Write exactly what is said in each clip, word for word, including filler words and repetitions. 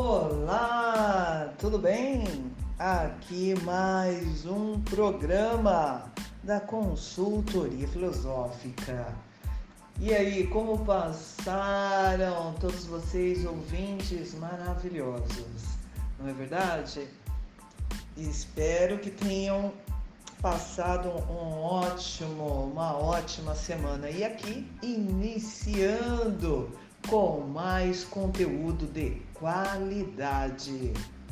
Olá, tudo bem? Aqui mais um programa da Consultoria Filosófica. E aí, como passaram todos vocês, ouvintes maravilhosos? Não é verdade? Espero que tenham passado um ótimo, uma ótima semana. E aqui, iniciando com mais conteúdo de qualidade.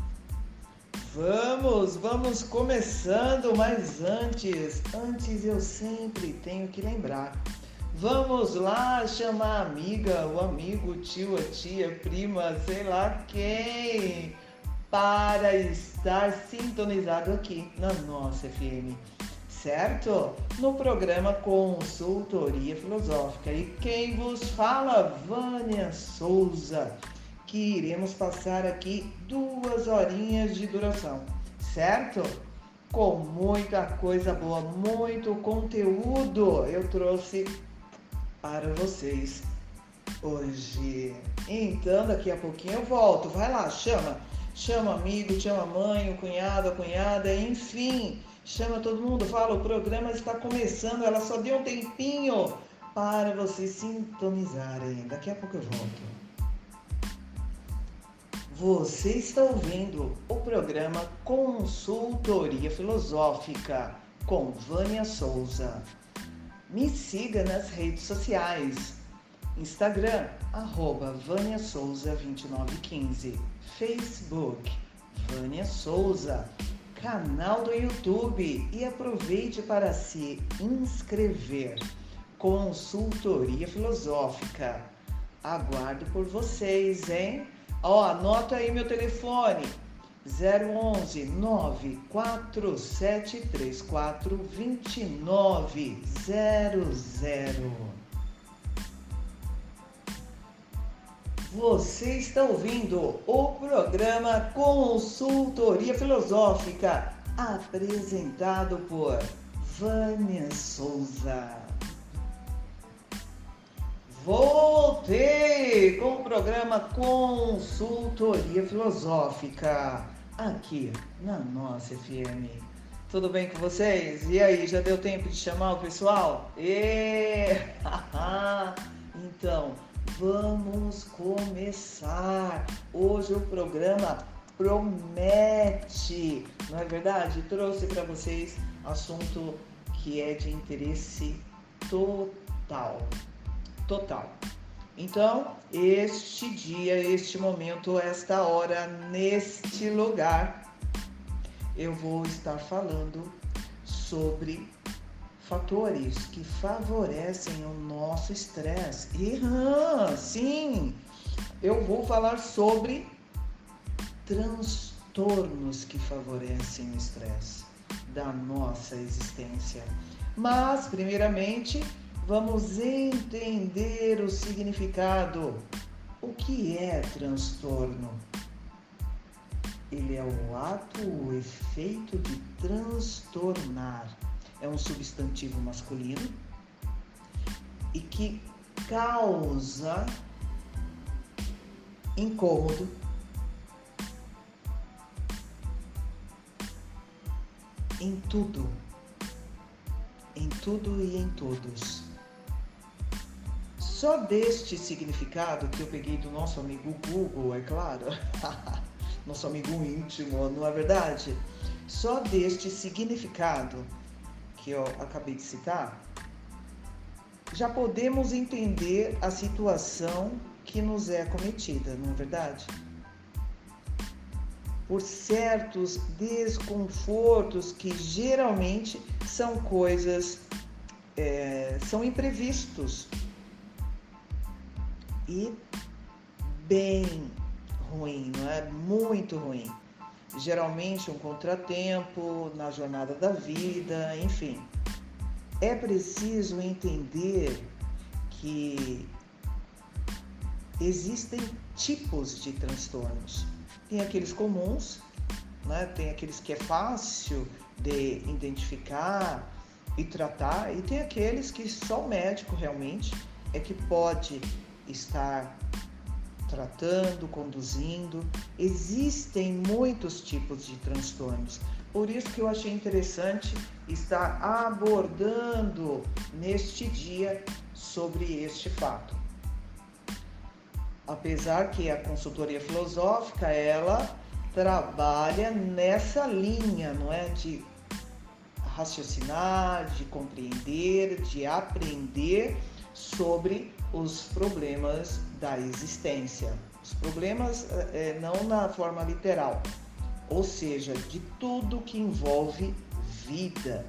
Vamos, vamos começando, mas antes, antes eu sempre tenho que lembrar. Vamos lá chamar a amiga, o amigo, o tio, a tia, a prima, sei lá quem, para estar sintonizado aqui na nossa F M. Certo? No programa Consultoria Filosófica. E quem vos fala? Vânia Souza, que iremos passar aqui duas horinhas de duração, certo? Com muita coisa boa, muito conteúdo eu trouxe para vocês hoje. Então, daqui a pouquinho eu volto. Vai lá, chama. Chama amigo, chama mãe, o cunhado, a cunhada, enfim. Chama todo mundo, fala, o programa está começando, ela só deu um tempinho para vocês sintonizarem. Daqui a pouco eu volto. Você está ouvindo o programa Consultoria Filosófica com Vânia Souza. Me siga nas redes sociais. Instagram, arroba Vânia Souza vinte e nove quinze. Facebook, Vânia Souza. Canal do YouTube e aproveite para se inscrever. Consultoria Filosófica. Aguardo por vocês, hein? Ó, anota aí meu telefone. zero onze nove quatro sete três quatro dois nove zero zero. Você está ouvindo o programa Consultoria Filosófica, apresentado por Vânia Souza. Voltei com o programa Consultoria Filosófica, aqui na nossa F M. Tudo bem com vocês? E aí, já deu tempo de chamar o pessoal? E... Então... Vamos começar. Hoje o programa promete, não é verdade? Trouxe para vocês assunto que é de interesse total. Total. Então, este dia, este momento, esta hora, neste lugar, eu vou estar falando sobre fatores que favorecem o nosso estresse. E ah, sim, eu vou falar sobre transtornos que favorecem o estresse da nossa existência. Mas, primeiramente, vamos entender o significado. O que é transtorno? Ele é o ato, o efeito de transtornar. É um substantivo masculino e que causa incômodo, em tudo, em tudo e em todos. Só deste significado que eu peguei do nosso amigo Google, é claro, nosso amigo íntimo, não é verdade? Só deste significado que eu acabei de citar, já podemos entender a situação que nos é cometida, não é verdade? Por certos desconfortos que geralmente são coisas, é, são imprevistos e bem ruim, não é? Muito ruim. Geralmente um contratempo na jornada da vida, enfim. É preciso entender que existem tipos de transtornos. Tem aqueles comuns, né? Tem aqueles que é fácil de identificar e tratar, e tem aqueles que só o médico realmente é que pode estar tratando, conduzindo. Existem muitos tipos de transtornos. Por isso que eu achei interessante estar abordando neste dia sobre este fato. Apesar que a consultoria filosófica, ela trabalha nessa linha, não é? De raciocinar, de compreender, de aprender sobre os problemas da existência. Os problemas é, não na forma literal, ou seja, de tudo que envolve vida.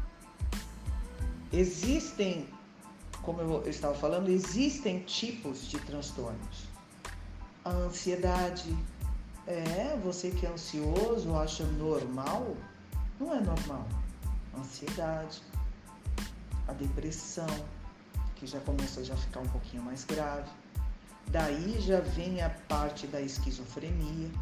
Existem, como eu estava falando, existem tipos de transtornos. A ansiedade, é, você que é ansioso acha normal? Não é normal. Ansiedade, a depressão, que já começa a já ficar um pouquinho mais grave. Daí já vem a parte da esquizofrenia.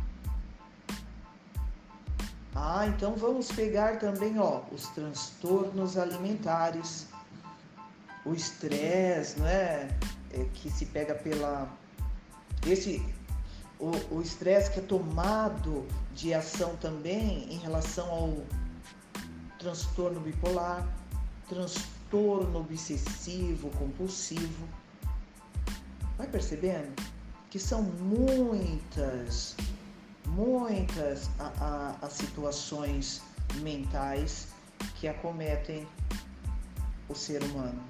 Ah, então vamos pegar também, ó, os transtornos alimentares, o estresse, né, é, que se pega pela esse o estresse que é tomado de ação também em relação ao transtorno bipolar, transtorno obsessivo compulsivo. Vai percebendo que são muitas, muitas a, a, as situações mentais que acometem o ser humano.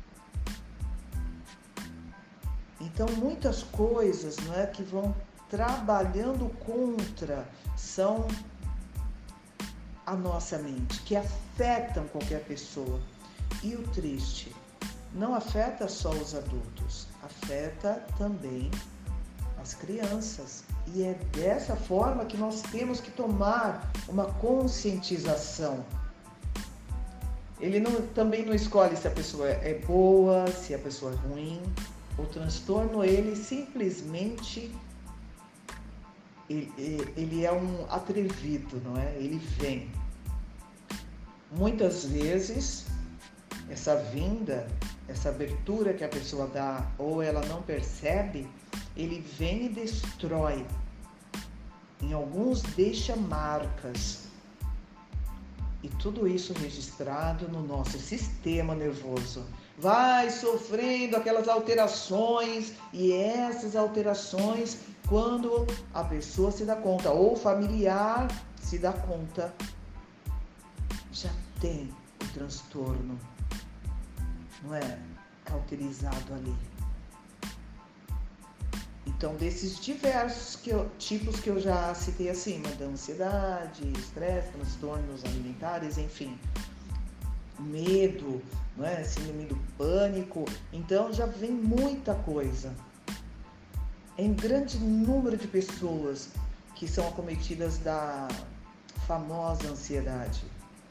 Então, muitas coisas, não é, que vão trabalhando contra, são a nossa mente, que afetam qualquer pessoa. E o triste, não afeta só os adultos, afeta também as crianças. E é dessa forma que nós temos que tomar uma conscientização. Ele não, também não escolhe se a pessoa é boa, se a pessoa é ruim. O transtorno, ele simplesmente, ele, ele é um atrevido, não é? Ele vem. Muitas vezes, essa vinda, essa abertura que a pessoa dá, ou ela não percebe, ele vem e destrói. Em alguns deixa marcas. E tudo isso registrado no nosso sistema nervoso. Vai sofrendo aquelas alterações, e essas alterações, quando a pessoa se dá conta, ou o familiar se dá conta, já tem o transtorno, não é? Cauterizado ali. Então, desses diversos que eu, tipos que eu já citei acima, da ansiedade, estresse, transtornos alimentares, enfim, medo, não é? Síndrome do pânico, então já vem muita coisa. Em grande número de pessoas que são acometidas da famosa ansiedade.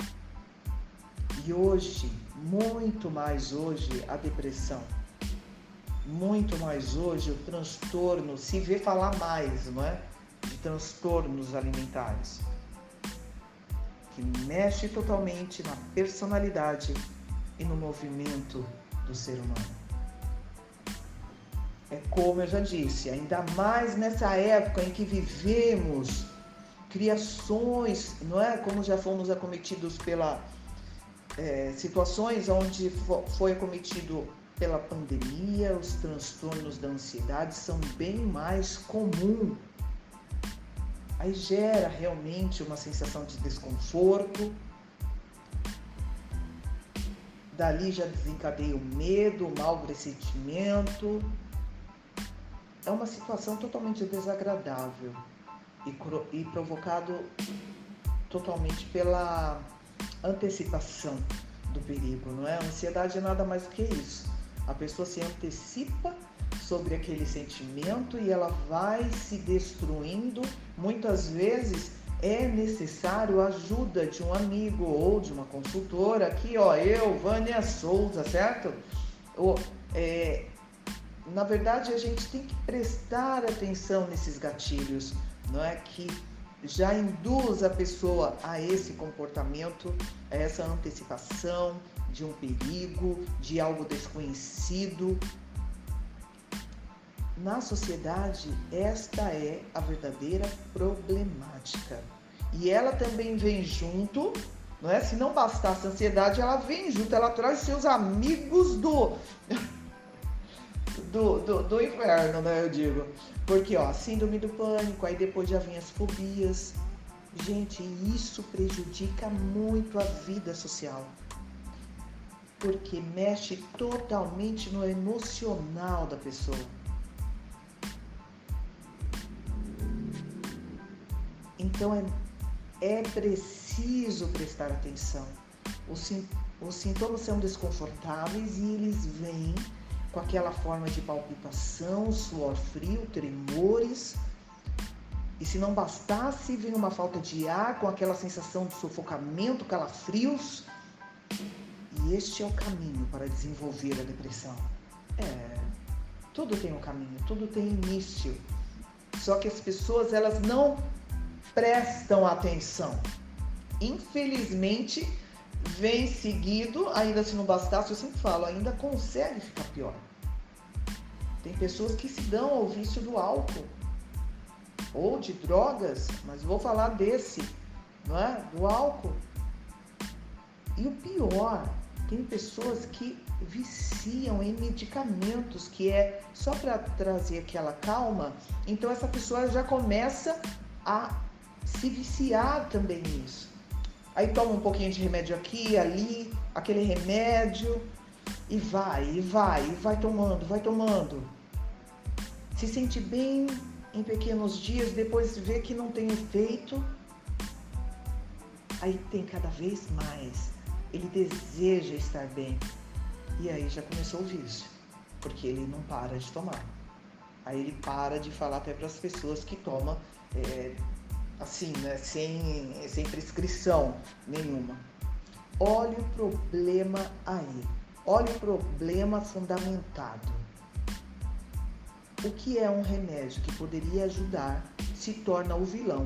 E hoje, muito mais hoje, a depressão. Muito mais hoje o transtorno, se vê falar mais, não é? De transtornos alimentares. Que mexe totalmente na personalidade e no movimento do ser humano. É como eu já disse, ainda mais nessa época em que vivemos criações, não é? Como já fomos acometidos pela é, situações onde foi acometido pela pandemia, os transtornos da ansiedade são bem mais comuns. Aí gera realmente uma sensação de desconforto. Dali já desencadeia o medo, o mau pressentimento. É uma situação totalmente desagradável e, e provocado totalmente pela antecipação do perigo, não é? A ansiedade é nada mais do que isso. A pessoa se antecipa sobre aquele sentimento e ela vai se destruindo. Muitas vezes é necessário a ajuda de um amigo ou de uma consultora. Aqui, ó, eu, Vânia Souza, certo? Ou, é, na verdade, a gente tem que prestar atenção nesses gatilhos, não é? Que já induz a pessoa a esse comportamento, a essa antecipação de um perigo, de algo desconhecido. na sociedade, esta é a verdadeira problemática. E ela também vem junto, não é? Se não bastasse a ansiedade, ela vem junto, ela traz seus amigos do, do, do, do inferno, né? Eu digo. Porque, ó, síndrome do pânico, aí depois já vem as fobias. Gente, isso prejudica muito a vida social. Porque mexe totalmente no emocional da pessoa. Então, é, é preciso prestar atenção. Os, os sintomas são desconfortáveis e eles vêm com aquela forma de palpitação, suor frio, tremores. E se não bastasse, vem uma falta de ar com aquela sensação de sufocamento, calafrios. E este é o caminho para desenvolver a depressão. É, tudo tem um caminho, tudo tem início. Só que as pessoas, elas não prestam atenção. Infelizmente, vem seguido, ainda se não bastasse, eu sempre falo, ainda consegue ficar pior. Tem pessoas que se dão ao vício do álcool ou de drogas, mas vou falar desse, não é? Do álcool. E o pior, tem pessoas que viciam em medicamentos, que é só para trazer aquela calma. Então essa pessoa já começa a se viciar também nisso. Aí toma um pouquinho de remédio aqui, ali, aquele remédio, e vai, e vai, e vai tomando, vai tomando. Se sente bem em pequenos dias, depois vê que não tem efeito. Aí tem cada vez mais. Ele deseja estar bem. E aí já começou o vício, porque ele não para de tomar. Aí ele para de falar até para as pessoas que tomam, é, assim, né, sem, sem prescrição nenhuma. Olha o problema aí. Olha o problema fundamentado. O que é um remédio que poderia ajudar se torna o vilão.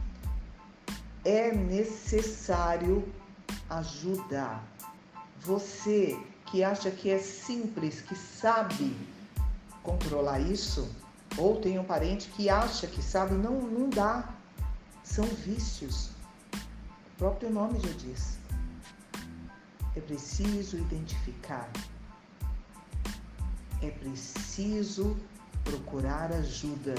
É necessário ajudar. Você que acha que é simples, que sabe controlar isso, ou tem um parente que acha que sabe, não, não dá. São vícios. O próprio nome já diz. É preciso identificar. É preciso procurar ajuda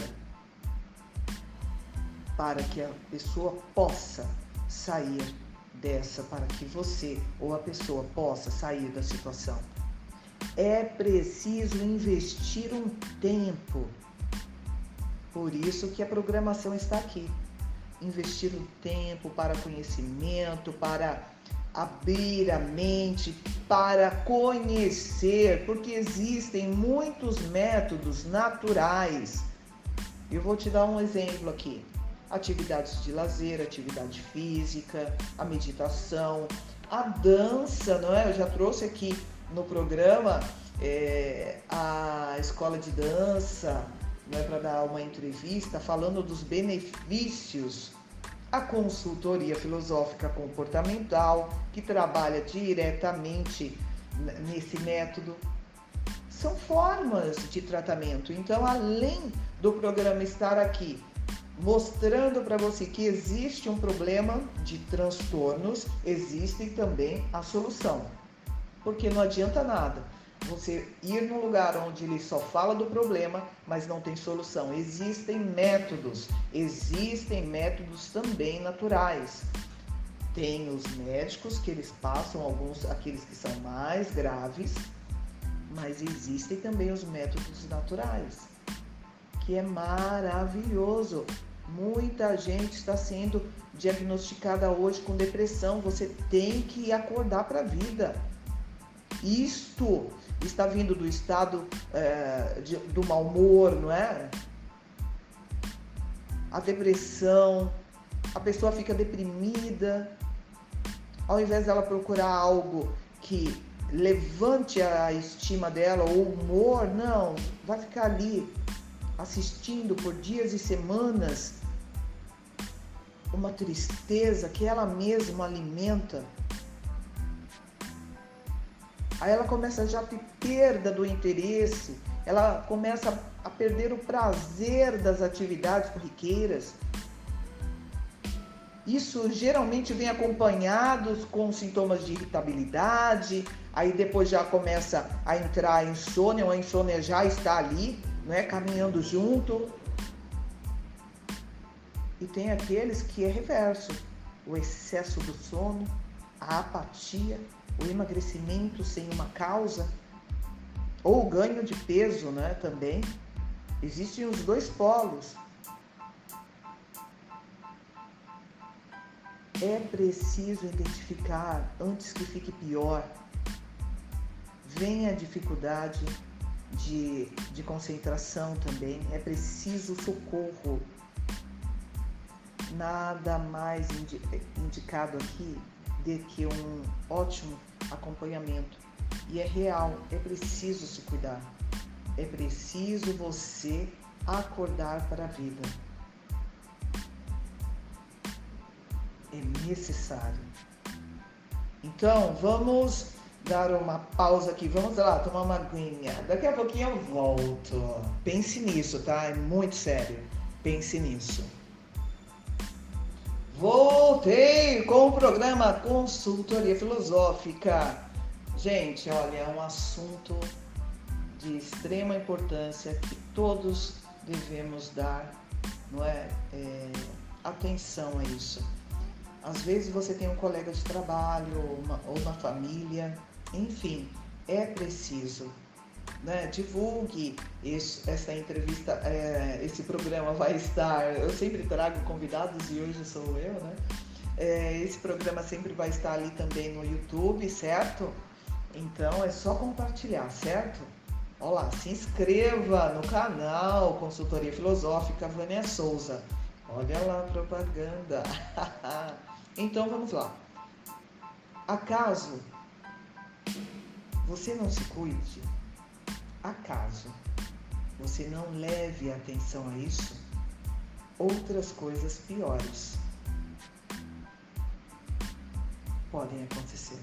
para que a pessoa possa sair dessa, para que você ou a pessoa possa sair da situação. É preciso investir um tempo. Por isso que a programação está aqui. Investir um tempo para conhecimento, para abrir a mente, para conhecer, porque existem muitos métodos naturais. Eu vou te dar um exemplo aqui. Atividades de lazer, atividade física, a meditação, a dança, não é? Eu já trouxe aqui no programa é, a escola de dança, não é, para dar uma entrevista falando dos benefícios. A consultoria filosófica comportamental, que trabalha diretamente nesse método. São formas de tratamento. Então, além do programa estar aqui mostrando para você que existe um problema de transtornos, existe também a solução. Porque não adianta nada você ir num lugar onde ele só fala do problema, mas não tem solução. Existem métodos, existem métodos também naturais. Tem os médicos que eles passam, alguns, aqueles que são mais graves, mas existem também os métodos naturais, que é maravilhoso. Muita gente está sendo diagnosticada hoje com depressão. Você tem que acordar para a vida. Isto está vindo do estado é, de, do mau humor, não é? A depressão, a pessoa fica deprimida. Ao invés dela procurar algo que levante a estima dela, ou o humor, não, vai ficar ali assistindo por dias e semanas uma tristeza que ela mesma alimenta. Aí ela começa já a ter perda do interesse ela começa a perder o prazer das atividades corriqueiras. Isso geralmente vem acompanhados com sintomas de irritabilidade, aí depois já começa a entrar a insônia, ou a insônia já está ali, né, caminhando junto. E tem aqueles que é reverso, o excesso do sono, a apatia, o emagrecimento sem uma causa, ou o ganho de peso, né, também. Existem os dois polos. É preciso identificar antes que fique pior. Vem a dificuldade de, de concentração também. É preciso socorro. Nada mais indi- indicado aqui do que um ótimo acompanhamento. E é real, é preciso se cuidar. É preciso você acordar para a vida. É necessário. Então, vamos dar uma pausa aqui. Vamos lá, tomar uma aguinha. Daqui a pouquinho eu volto. Pense nisso, tá? É muito sério. Pense nisso. Voltei com o programa Consultoria Filosófica. Gente, olha, é um assunto de extrema importância que todos devemos dar, não é, é, atenção a isso. Às vezes você tem um colega de trabalho ou uma, ou uma família, enfim, é preciso, né? Divulgue isso, essa entrevista, é, esse programa vai estar, eu sempre trago convidados e hoje sou eu, né? É, esse programa sempre vai estar ali também no YouTube, certo? Então é só compartilhar, certo? Olá, se inscreva no canal Consultoria Filosófica Vânia Souza. Olha lá a propaganda. Então vamos lá. Acaso você não se cuide? Acaso você não leve atenção a isso? Outras coisas piores podem acontecer.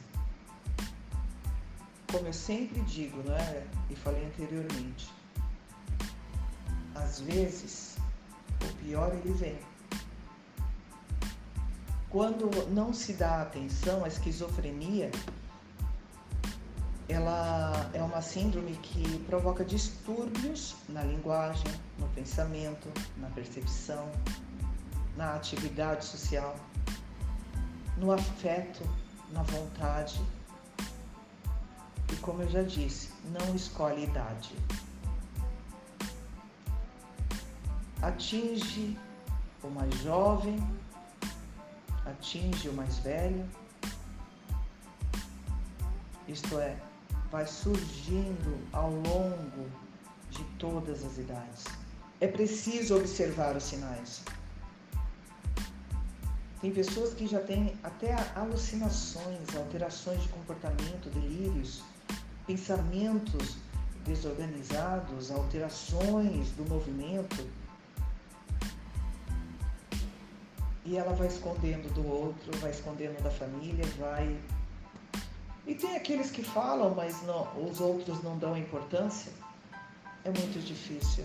Como eu sempre digo, né, e falei anteriormente, às vezes o pior ele vem. Quando não se dá atenção, a esquizofrenia, ela é uma síndrome que provoca distúrbios na linguagem, no pensamento, na percepção, na atividade social, no afeto, na vontade. E como eu já disse, não escolhe idade. Atinge o mais jovem, atinge o mais velho. Isto é, vai surgindo ao longo de todas as idades. É preciso observar os sinais. Tem pessoas que já têm até alucinações, alterações de comportamento, delírios, pensamentos desorganizados, alterações do movimento. E ela vai escondendo do outro, vai escondendo da família, vai... E tem aqueles que falam, mas não, os outros não dão importância. É muito difícil.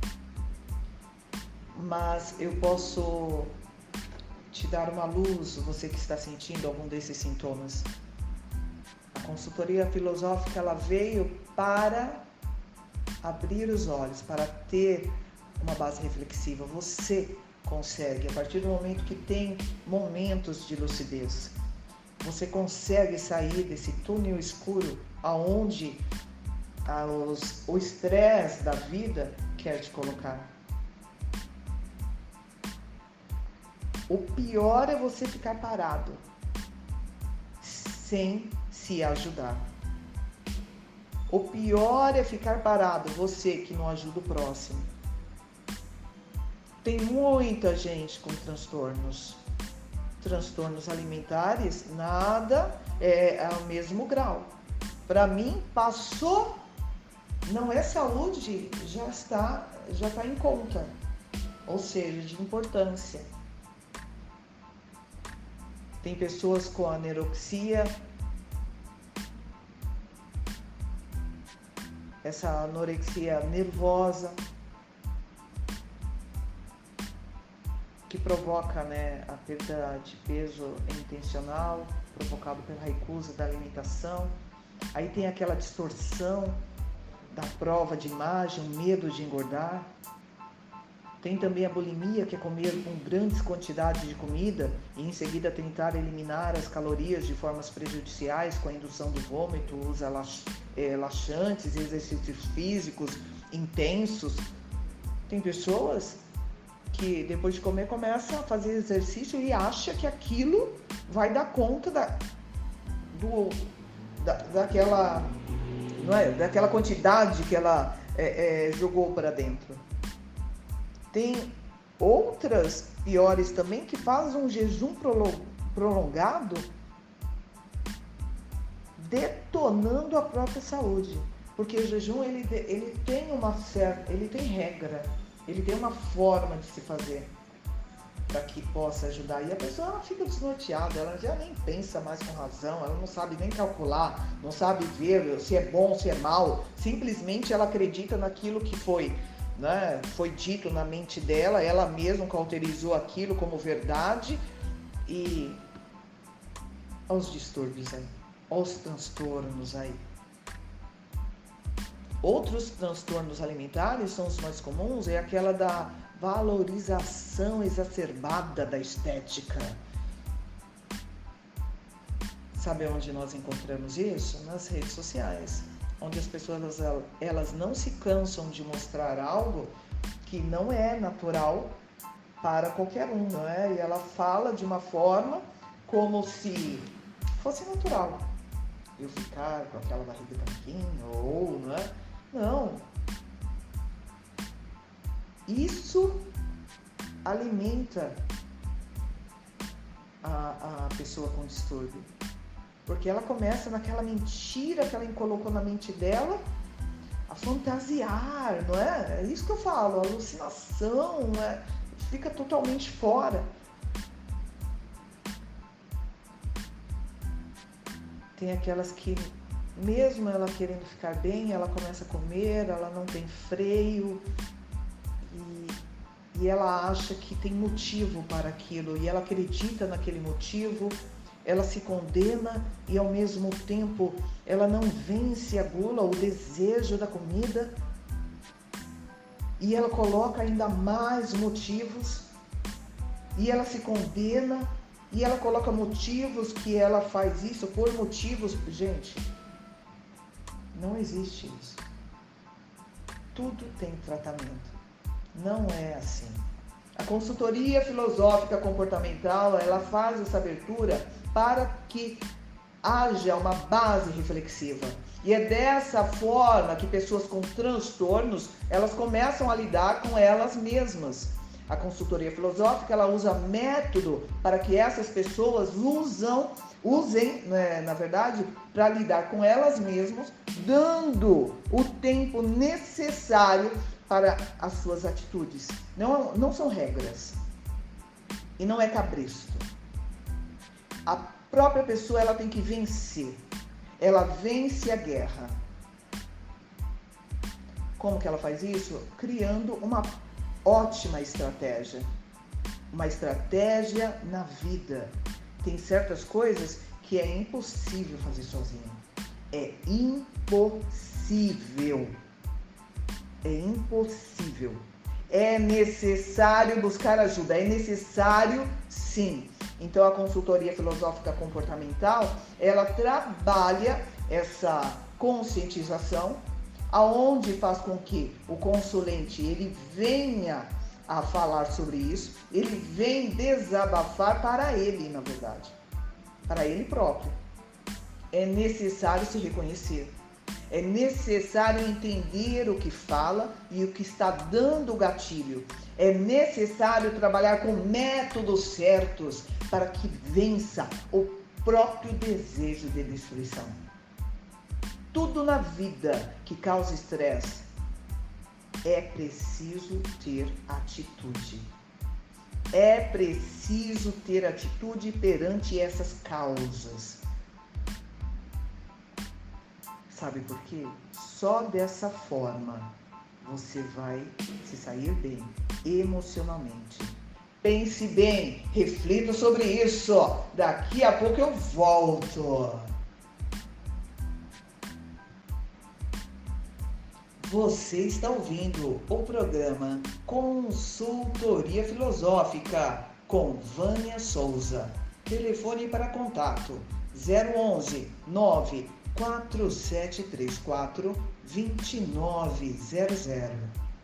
Mas eu posso te dar uma luz, você que está sentindo algum desses sintomas. A consultoria filosófica, ela veio para abrir os olhos, para ter uma base reflexiva. Você consegue, a partir do momento que tem momentos de lucidez, você consegue sair desse túnel escuro aonde ah, os, o estresse da vida quer te colocar. O pior é você ficar parado, sem se ajudar. O pior é ficar parado, você que não ajuda o próximo. Tem muita gente com transtornos. Transtornos alimentares, nada é ao mesmo grau. Para mim, passou, não é saúde, já está, já está em conta. Ou seja, de importância. Tem pessoas com anorexia, essa anorexia nervosa, que provoca, né, a perda de peso intencional, provocado pela recusa da alimentação. Aí tem aquela distorção da prova de imagem, o medo de engordar. Tem também a bulimia, que é comer com grandes quantidades de comida e em seguida tentar eliminar as calorias de formas prejudiciais com a indução do vômito, usa laxantes, exercícios físicos intensos. Tem pessoas que depois de comer começa a fazer exercício e acha que aquilo vai dar conta da, do, da, daquela, não é, daquela quantidade que ela é, é, jogou para dentro. Tem outras piores também que fazem um jejum prolongado, detonando a própria saúde, porque o jejum ele, ele tem uma certa, ele tem regra. Ele tem uma forma de se fazer para que possa ajudar. E a pessoa ela fica desnorteada, ela já nem pensa mais com razão, ela não sabe nem calcular, não sabe ver se é bom, se é mal. Simplesmente ela acredita naquilo que foi, né, foi dito na mente dela, ela mesma cauterizou aquilo como verdade. E aos distúrbios aí, aos transtornos aí. Outros transtornos alimentares são os mais comuns, é aquela da valorização exacerbada da estética. Sabe onde nós encontramos isso? Nas redes sociais, onde as pessoas elas não se cansam de mostrar algo que não é natural para qualquer um, não é? E ela fala de uma forma como se fosse natural. Eu ficar com aquela barriga tanquinho, ou, não é? Não. Isso alimenta a, a pessoa com distúrbio. Porque ela começa naquela mentira que ela colocou na mente dela a fantasiar, não é? É isso que eu falo, a alucinação, é? Fica totalmente fora. Tem aquelas que, mesmo ela querendo ficar bem, ela começa a comer, ela não tem freio e, e ela acha que tem motivo para aquilo e ela acredita naquele motivo, ela se condena e ao mesmo tempo ela não vence a gula, o desejo da comida e ela coloca ainda mais motivos e ela se condena e ela coloca motivos que ela faz isso por motivos, gente. Não existe isso. Tudo tem tratamento. Não é assim. A consultoria filosófica comportamental, ela faz essa abertura para que haja uma base reflexiva. E é dessa forma que pessoas com transtornos, elas começam a lidar com elas mesmas. A consultoria filosófica, ela usa método para que essas pessoas usam usem, né, na verdade, para lidar com elas mesmas, dando o tempo necessário para as suas atitudes. Não, não são regras. E não é cabresto. A própria pessoa ela tem que vencer. Ela vence a guerra. Como que ela faz isso? Criando uma ótima estratégia. Uma estratégia na vida. Tem certas coisas que é impossível fazer sozinho. É impossível. É impossível. É necessário buscar ajuda. É necessário, sim. Então, a consultoria filosófica comportamental, ela trabalha essa conscientização, aonde faz com que o consulente ele venha a falar sobre isso, ele vem desabafar para ele, na verdade, para ele próprio. É necessário se reconhecer, é necessário entender o que fala e o que está dando o gatilho. É necessário trabalhar com métodos certos para que vença o próprio desejo de destruição. Tudo na vida que causa estresse é preciso ter atitude. É preciso ter atitude perante essas causas. Sabe por quê? Só dessa forma você vai se sair bem emocionalmente. Pense bem, reflita sobre isso. Daqui a pouco eu volto. Você está ouvindo o programa Consultoria Filosófica com Vânia Souza. Telefone para contato zero onze, nove quatro sete três quatro, dois nove zero zero.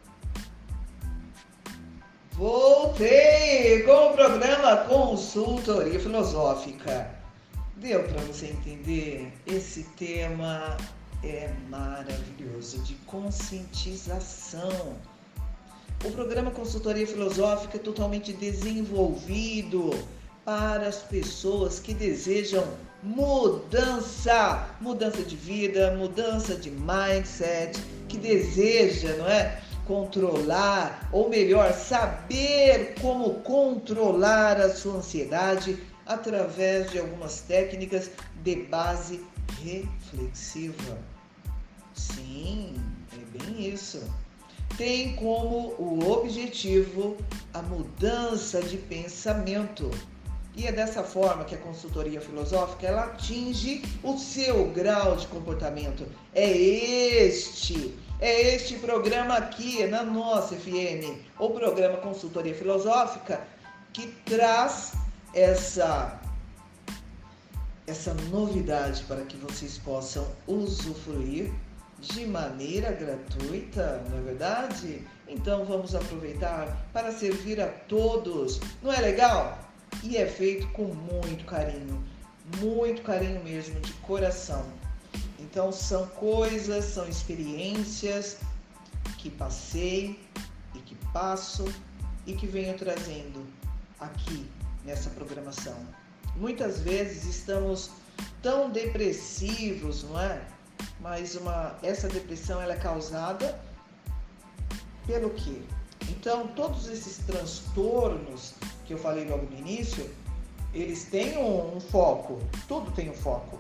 Voltei com o programa Consultoria Filosófica. Deu para você entender? Esse tema é maravilhoso, de conscientização. O programa Consultoria Filosófica é totalmente desenvolvido para as pessoas que desejam mudança, mudança de vida, mudança de mindset, que deseja, não é, controlar, ou melhor, saber como controlar a sua ansiedade através de algumas técnicas de base reflexiva. Sim, é bem isso. Tem como o objetivo a mudança de pensamento. E é dessa forma que a consultoria filosófica ela atinge o seu grau de comportamento. É este, é este programa aqui na nossa F M, o programa Consultoria Filosófica, que traz essa essa novidade para que vocês possam usufruir de maneira gratuita, não é verdade? Então vamos aproveitar para servir a todos. Não é legal? E é feito com muito carinho, muito carinho mesmo, de coração. Então são coisas, são experiências que passei e que passo e que venho trazendo aqui nessa programação. Muitas vezes estamos tão depressivos, não é? Mas uma, essa depressão ela é causada pelo quê? Então, todos esses transtornos que eu falei logo no início, eles têm um, um foco, tudo tem um foco.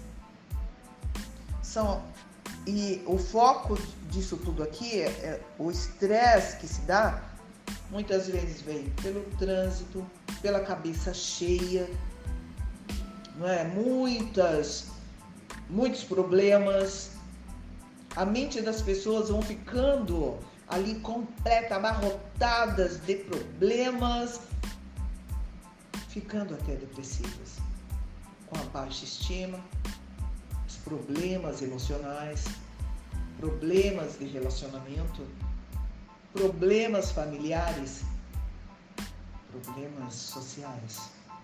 São, e o foco disso tudo aqui, é, é o estresse que se dá, muitas vezes vem pelo trânsito, pela cabeça cheia, não é? Muitas, muitos problemas. A mente das pessoas vão ficando ali completa, abarrotadas de problemas, ficando até depressivas, com a baixa estima, os problemas emocionais, problemas de relacionamento, problemas familiares, problemas sociais.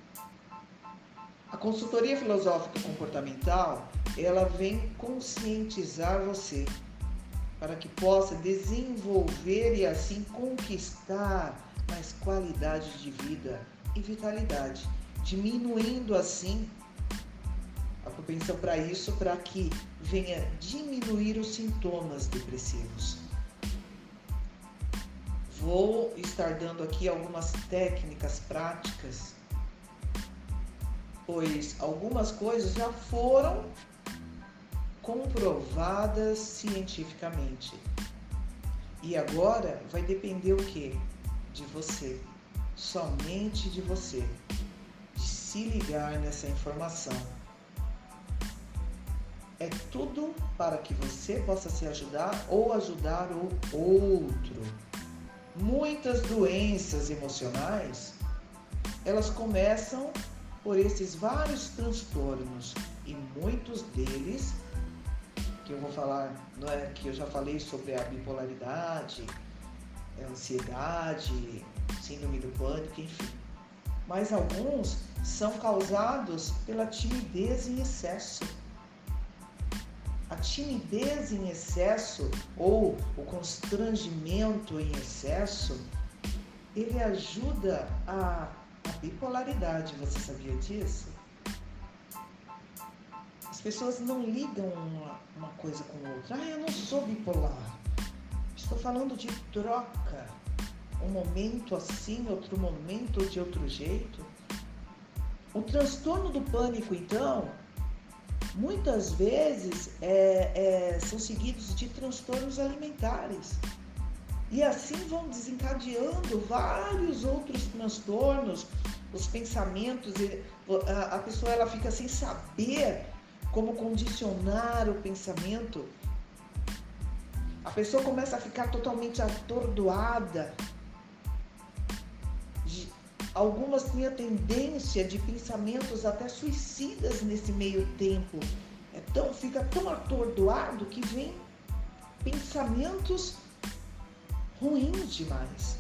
A consultoria filosófica comportamental, ela vem conscientizar você para que possa desenvolver e assim conquistar mais qualidade de vida e vitalidade, diminuindo assim a propensão para isso, para que venha diminuir os sintomas depressivos. Vou estar dando aqui algumas técnicas práticas, pois algumas coisas já foram comprovadas cientificamente. E agora vai depender o quê? De você, somente de você, de se ligar nessa informação. É tudo para que você possa se ajudar ou ajudar o outro. Muitas doenças emocionais, elas começam por esses vários transtornos, e muitos deles, que eu vou falar, não é, que eu já falei sobre a bipolaridade, a ansiedade, síndrome do pânico, enfim. Mas alguns são causados pela timidez em excesso. A timidez em excesso ou o constrangimento em excesso, ele ajuda a, a bipolaridade. Você sabia disso? As pessoas não ligam uma, uma coisa com outra. Ah, eu não sou bipolar. Estou falando de troca. Um momento assim, outro momento de outro jeito. O transtorno do pânico, então, muitas vezes é, é, são seguidos de transtornos alimentares. E assim vão desencadeando vários outros transtornos, os pensamentos, a pessoa ela fica sem saber como condicionar o pensamento. A pessoa começa a ficar totalmente atordoada. Algumas têm a tendência de pensamentos até suicidas nesse meio tempo. Então fica tão atordoado que vem pensamentos ruins demais.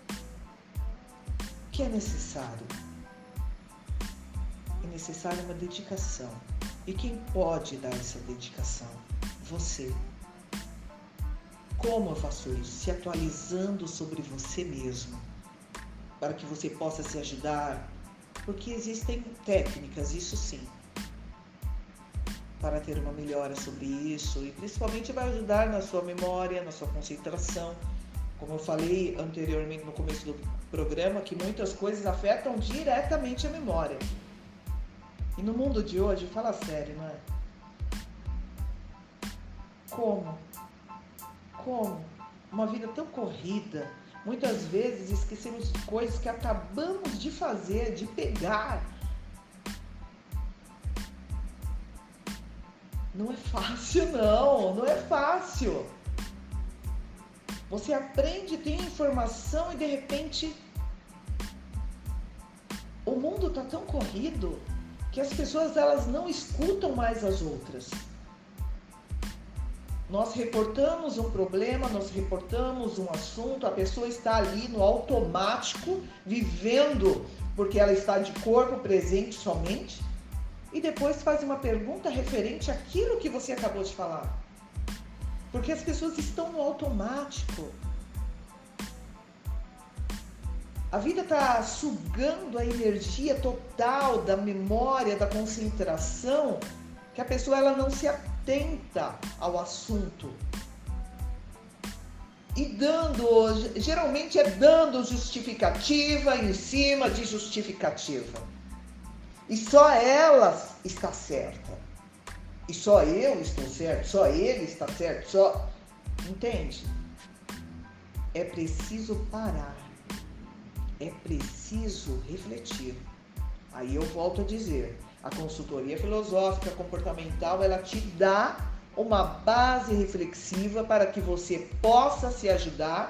O que é necessário? É necessária uma dedicação. E quem pode dar essa dedicação? Você. Como eu faço isso? Se atualizando sobre você mesmo, para que você possa se ajudar, porque existem técnicas, isso sim, para ter uma melhora sobre isso, e principalmente vai ajudar na sua memória, na sua concentração. Como eu falei anteriormente no começo do programa, que muitas coisas afetam diretamente a memória. E no mundo de hoje, fala sério, não é? Como? Como? Uma vida tão corrida. Muitas vezes esquecemos de coisas que acabamos de fazer, de pegar. Não é fácil, não. Não é fácil. Você aprende, tem informação e de repente o mundo está tão corrido que as pessoas elas não escutam mais as outras. Nós reportamos um problema, nós reportamos um assunto, a pessoa está ali no automático, vivendo porque ela está de corpo presente somente, e depois faz uma pergunta referente àquilo que você acabou de falar. Porque as pessoas estão no automático. A vida está sugando a energia total da memória, da concentração, que a pessoa ela não se atenta ao assunto. E dando, geralmente é dando justificativa em cima de justificativa. E só ela está certa. E só eu estou certo, só ele está certo, só... Entende? É preciso parar. É preciso refletir. Aí eu volto a dizer, a consultoria filosófica comportamental, ela te dá uma base reflexiva para que você possa se ajudar,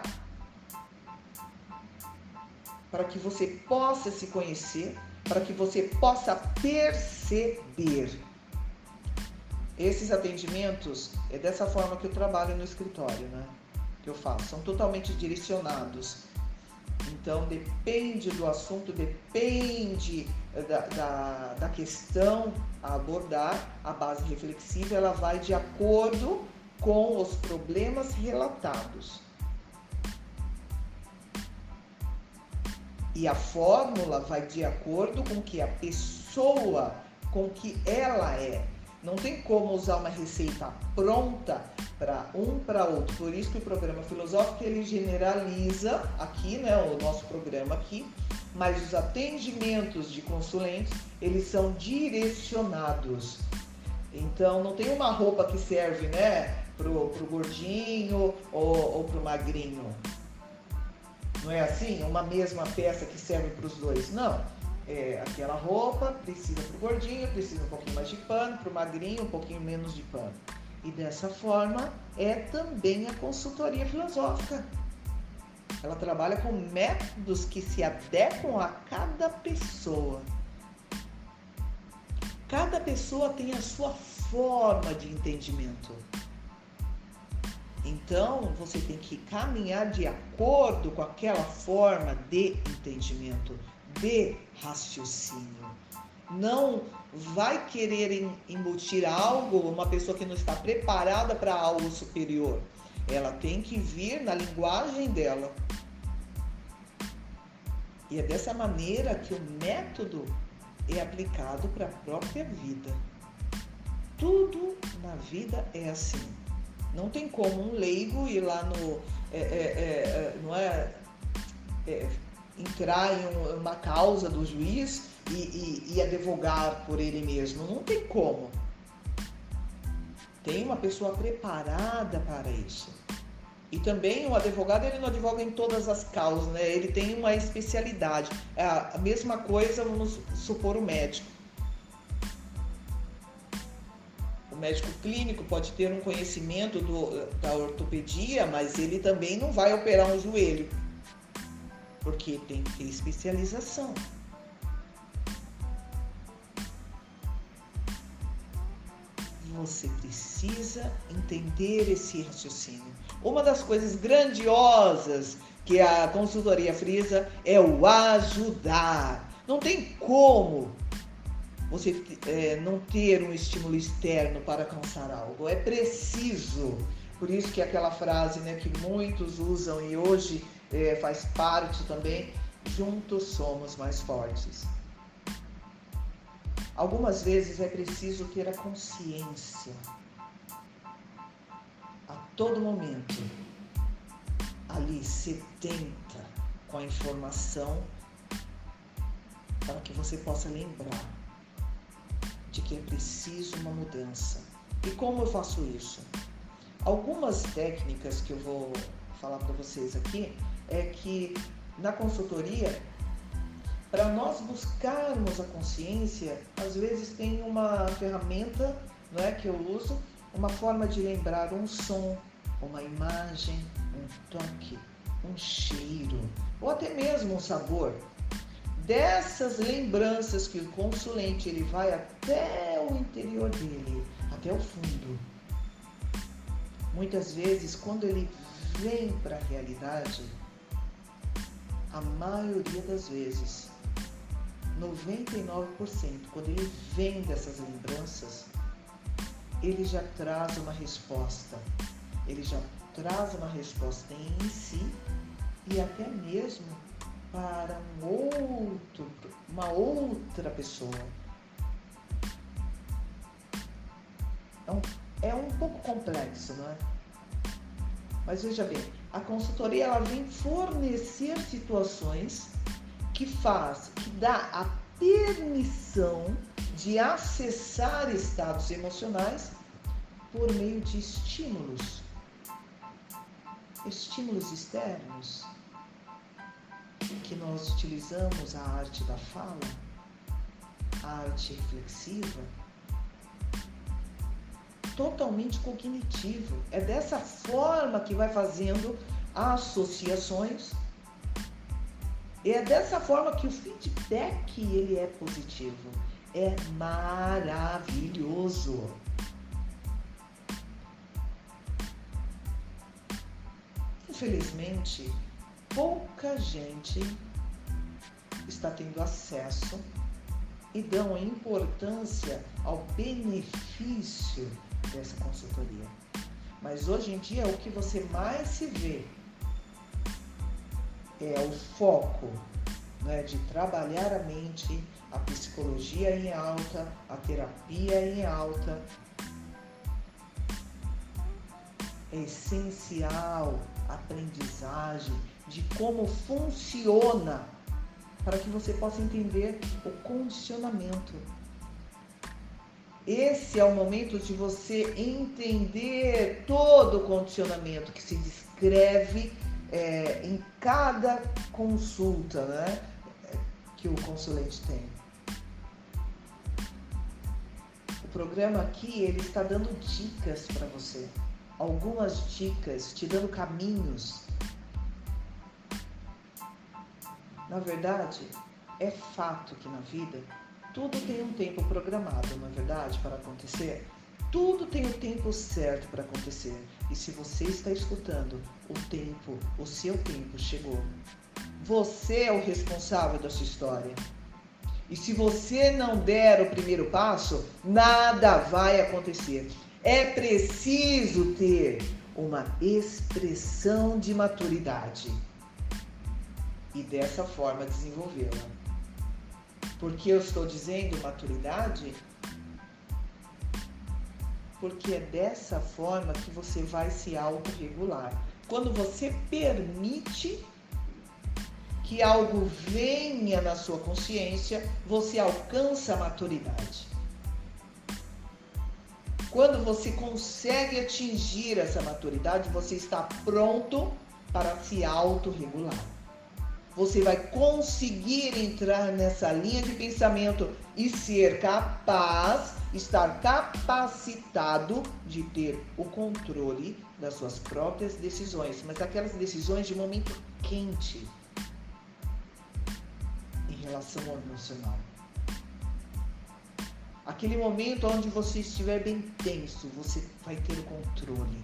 para que você possa se conhecer, para que você possa perceber. Esses atendimentos, é dessa forma que eu trabalho no escritório, né? Que eu faço, são totalmente direcionados. Então, depende do assunto, depende da, da, da questão a abordar, a base reflexiva, ela vai de acordo com os problemas relatados. E a fórmula vai de acordo com o que a pessoa, com o que ela é. Não tem como usar uma receita pronta para um para outro. Por isso que o programa filosófico ele generaliza aqui, né, o nosso programa aqui, mas os atendimentos de consulentes, eles são direcionados. Então não tem uma roupa que serve, né, pro, pro gordinho ou, ou pro magrinho. Não é assim? Uma mesma peça que serve para os dois. Não. É, aquela roupa precisa para o gordinho, precisa um pouquinho mais de pano, para o magrinho um pouquinho menos de pano. E dessa forma é também a consultoria filosófica. Ela trabalha com métodos que se adequam a cada pessoa. Cada pessoa tem a sua forma de entendimento. Então, você tem que caminhar de acordo com aquela forma de entendimento, de raciocínio. Não vai querer embutir algo, uma pessoa que não está preparada para algo superior. Ela tem que vir na linguagem dela. E é dessa maneira que o método é aplicado para a própria vida. Tudo na vida é assim. Não tem como um leigo ir lá no... É, é, é, não é, é entrar em uma causa do juiz e, e, e advogar por ele mesmo. Não tem como. Tem uma pessoa preparada para isso. E também o advogado, ele não advoga em todas as causas, né? Ele tem uma especialidade. É a mesma coisa, vamos supor, o médico. O médico clínico pode ter um conhecimento do, da ortopedia, mas ele também não vai operar um joelho, porque tem que ter especialização. Você precisa entender esse raciocínio. Uma das coisas grandiosas que a consultoria frisa é o ajudar. Não tem como você é, não ter um estímulo externo para alcançar algo. É preciso. Por isso que aquela frase, né, que muitos usam e hoje é, faz parte também, juntos somos mais fortes. Algumas vezes é preciso ter a consciência a todo momento ali sedenta com a informação para que você possa lembrar de que é preciso uma mudança. E como eu faço isso? Algumas técnicas que eu vou falar para vocês aqui é que na consultoria, para nós buscarmos a consciência, às vezes tem uma ferramenta, não é, que eu uso, uma forma de lembrar um som, uma imagem, um toque, um cheiro, ou até mesmo um sabor. Dessas lembranças que o consulente ele vai até o interior dele, até o fundo. Muitas vezes, quando ele vem para a realidade, a maioria das vezes, noventa e nove por cento, quando ele vem dessas lembranças, ele já traz uma resposta. Ele já traz uma resposta em si e até mesmo para um outro, uma outra pessoa. É um, é um pouco complexo, não é? Mas veja bem, a consultoria ela vem fornecer situações que faz, que dá a permissão de acessar estados emocionais por meio de estímulos, estímulos externos, que nós utilizamos a arte da fala, a arte reflexiva, totalmente cognitivo. É dessa forma que vai fazendo associações. E é dessa forma que o feedback ele é positivo. É maravilhoso. Infelizmente, pouca gente está tendo acesso e dão importância ao benefício dessa consultoria. Mas hoje em dia o que você mais se vê é o foco, né, de trabalhar a mente, a psicologia em alta, a terapia em alta. É essencial a aprendizagem de como funciona para que você possa entender o condicionamento. Esse é o momento de você entender todo o condicionamento que se descreve é, em cada consulta, né, que o consulente tem. O programa aqui ele está dando dicas para você, algumas dicas, te dando caminhos. Na verdade, é fato que na vida tudo tem um tempo programado, não é verdade, para acontecer? Tudo tem o tempo certo para acontecer. E se você está escutando, o tempo, o seu tempo chegou. Você é o responsável da sua história. E se você não der o primeiro passo, nada vai acontecer. É preciso ter uma expressão de maturidade. E dessa forma desenvolvê-la. Por que eu estou dizendo maturidade? Porque é dessa forma que você vai se autorregular. Quando você permite que algo venha na sua consciência, você alcança a maturidade. Quando você consegue atingir essa maturidade, você está pronto para se autorregular. Você vai conseguir entrar nessa linha de pensamento e ser capaz, estar capacitado de ter o controle das suas próprias decisões, mas aquelas decisões de momento quente em relação ao emocional. Aquele momento onde você estiver bem tenso, você vai ter o controle.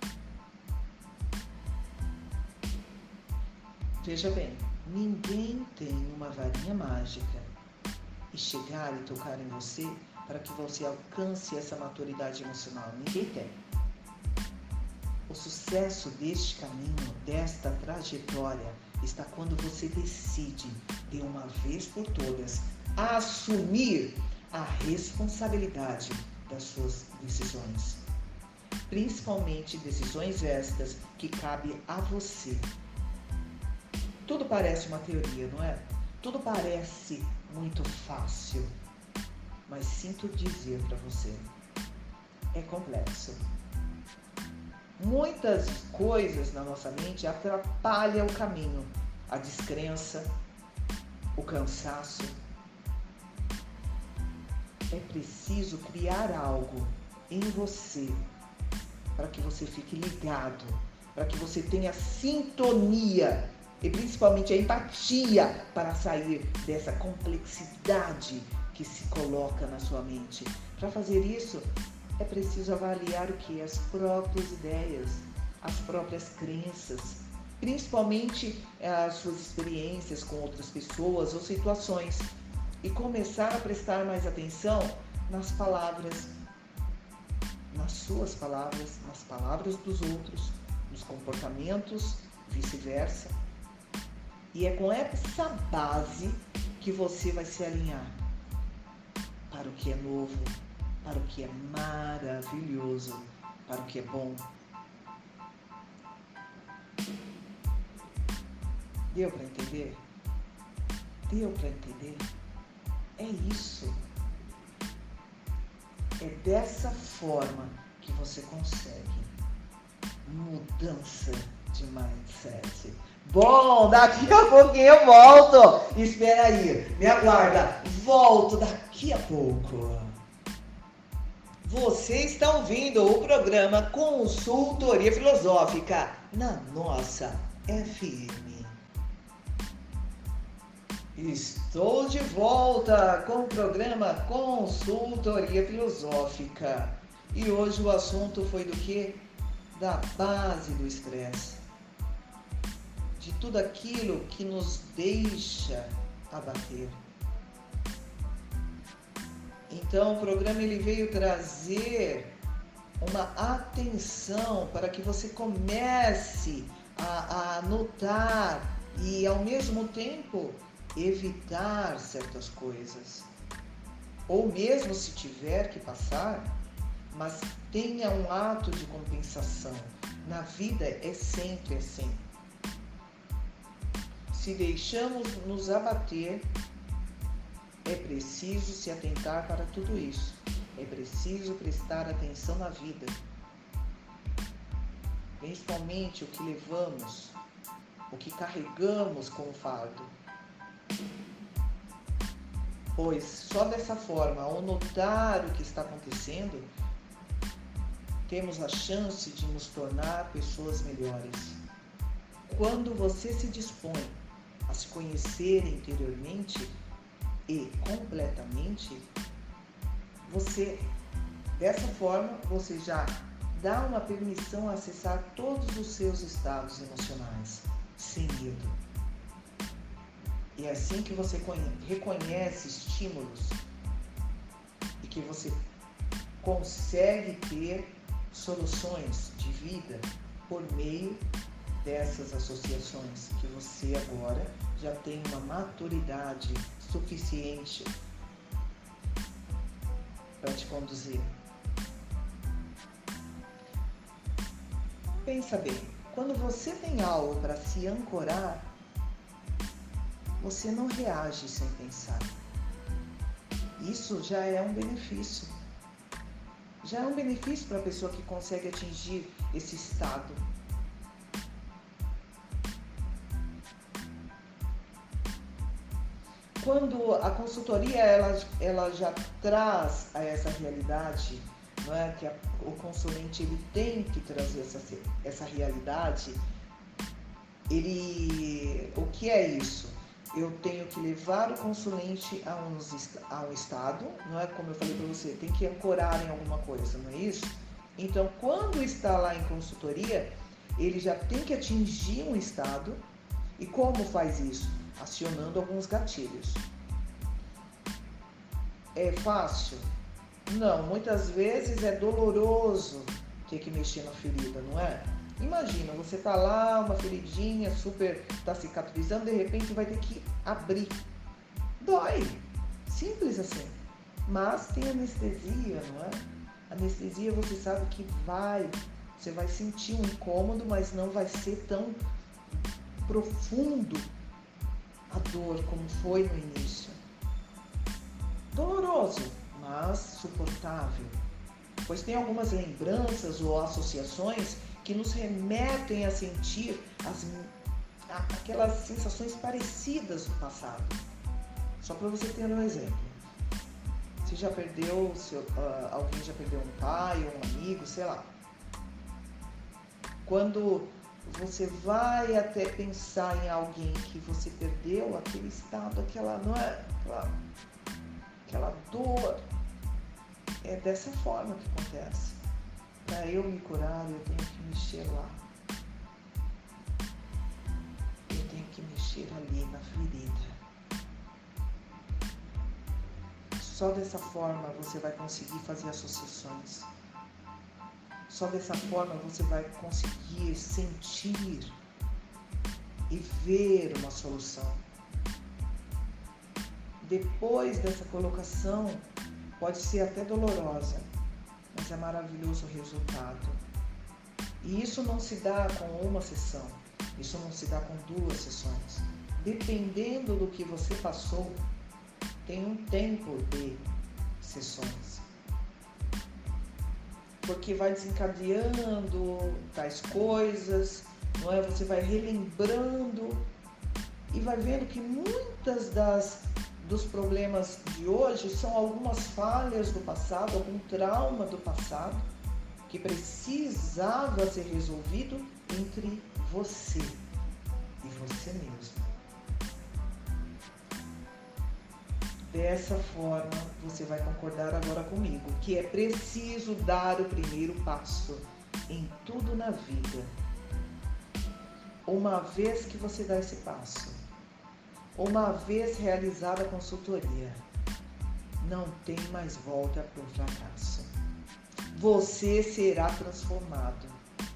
Veja bem, ninguém tem uma varinha mágica e chegar e tocar em você para que você alcance essa maturidade emocional. Ninguém tem. O sucesso deste caminho, desta trajetória, está quando você decide, de uma vez por todas, assumir a responsabilidade das suas decisões. Principalmente decisões estas que cabem a você. Tudo parece uma teoria, não é? Tudo parece muito fácil. Mas sinto dizer para você, é complexo. Muitas coisas na nossa mente atrapalham o caminho. A descrença, o cansaço. É preciso criar algo em você para que você fique ligado, para que você tenha sintonia e principalmente a empatia para sair dessa complexidade que se coloca na sua mente. Para fazer isso, é preciso avaliar o que? As próprias ideias, as próprias crenças, principalmente as suas experiências com outras pessoas ou situações. E começar a prestar mais atenção nas palavras, nas suas palavras, nas palavras dos outros, nos comportamentos, vice-versa. E é com essa base que você vai se alinhar para o que é novo, para o que é maravilhoso, para o que é bom. Deu para entender? Deu para entender? É isso. É dessa forma que você consegue mudança de mindset. Bom, daqui a pouquinho eu volto. Espera aí, me aguarda. Volto daqui a pouco. Você está ouvindo o programa Consultoria Filosófica na nossa F M. Estou de volta com o programa Consultoria Filosófica. E hoje o assunto foi do quê? Da base do estresse. De tudo aquilo que nos deixa abater. Então o programa ele veio trazer uma atenção para que você comece a, a notar e ao mesmo tempo evitar certas coisas. Ou mesmo se tiver que passar, mas tenha um ato de compensação. Na vida é sempre assim. Se deixamos nos abater, é preciso se atentar para tudo isso. É preciso prestar atenção na vida. Principalmente o que levamos, o que carregamos como fardo. Pois só dessa forma, ao notar o que está acontecendo, temos a chance de nos tornar pessoas melhores. Quando você se dispõe a se conhecer interiormente e completamente, você, dessa forma, você já dá uma permissão a acessar todos os seus estados emocionais, sem medo. E é assim que você reconhece estímulos e que você consegue ter soluções de vida por meio dessas associações que você agora já tem uma maturidade suficiente para te conduzir. Pensa bem, quando você tem algo para se ancorar, você não reage sem pensar. Isso já é um benefício. já é um benefício para a pessoa que consegue atingir esse estado. Quando a consultoria ela, ela já traz a essa realidade, não é? Que a, o consulente ele tem que trazer essa, essa realidade, ele, o que é isso? Eu tenho que levar o consulente a, uns, a um estado, não é? Como eu falei para você, tem que ancorar em alguma coisa, não é isso? Então, quando está lá em consultoria, ele já tem que atingir um estado. E como faz isso? Acionando alguns gatilhos. É fácil? Não, muitas vezes é doloroso ter que mexer na ferida, não é? Imagina, você tá lá, uma feridinha super, tá cicatrizando, de repente vai ter que abrir. Dói, simples assim. Mas tem anestesia, não é? Anestesia você sabe que vai, você vai sentir um incômodo, mas não vai ser tão profundo a dor como foi no início. Doloroso, mas suportável, pois tem algumas lembranças ou associações que nos remetem a sentir as, aquelas sensações parecidas do passado. Só para você ter um exemplo. Você já perdeu, seu, uh, alguém já perdeu um pai ou um amigo, sei lá. Quando você vai até pensar em alguém que você perdeu, aquele estado, aquela, não é, aquela, aquela dor, é dessa forma que acontece. Para eu me curar, eu tenho que mexer lá. Eu tenho que mexer ali na ferida. Só dessa forma você vai conseguir fazer associações. Só dessa forma você vai conseguir sentir e ver uma solução. Depois dessa colocação, pode ser até dolorosa, mas é maravilhoso o resultado. E isso não se dá com uma sessão, isso não se dá com duas sessões. Dependendo do que você passou, tem um tempo de sessões. Porque vai desencadeando tais coisas, não é? Você vai relembrando e vai vendo que muitas das dos problemas de hoje são algumas falhas do passado, algum trauma do passado que precisava ser resolvido entre você e você mesmo. Dessa forma, você vai concordar agora comigo que é preciso dar o primeiro passo em tudo na vida. Uma vez que você dá esse passo, uma vez realizada a consultoria, não tem mais volta para o fracasso. Você será transformado.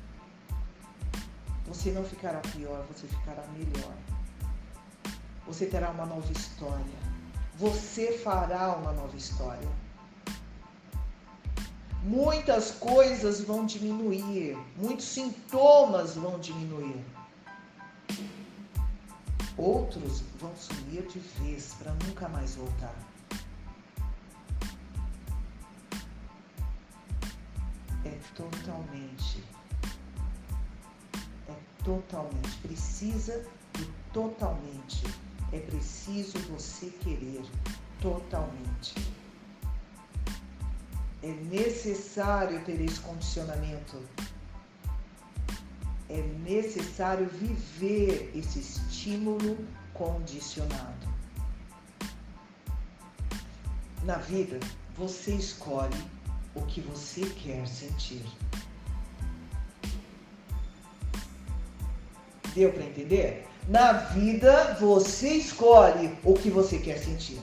Você não ficará pior, você ficará melhor. Você terá uma nova história. Você fará uma nova história. Muitas coisas vão diminuir, muitos sintomas vão diminuir. Outros vão sumir de vez para nunca mais voltar. É totalmente, é totalmente, precisa de totalmente. É preciso você querer totalmente. É necessário ter esse condicionamento. É necessário viver esse estímulo condicionado. Na vida, você escolhe o que você quer sentir. Deu para entender? Na vida, você escolhe o que você quer sentir.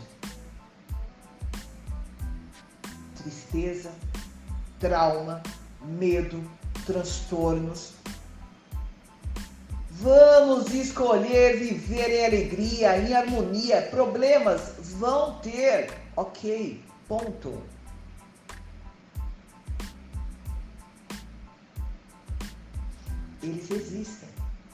Tristeza, trauma, medo, transtornos. Vamos escolher viver em alegria, em harmonia. Problemas vão ter, ok, ponto. Eles existem.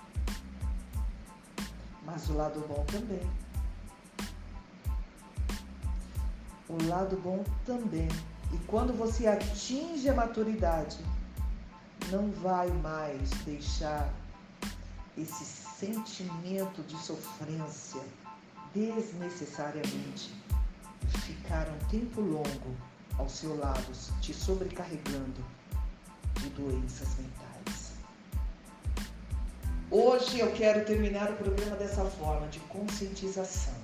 Mas o lado bom também. O lado bom também E quando você atinge a maturidade, não vai mais deixar esse sentimento de sofrência desnecessariamente ficar um tempo longo ao seu lado, te sobrecarregando de doenças mentais. Hoje eu quero terminar o programa dessa forma, de conscientização.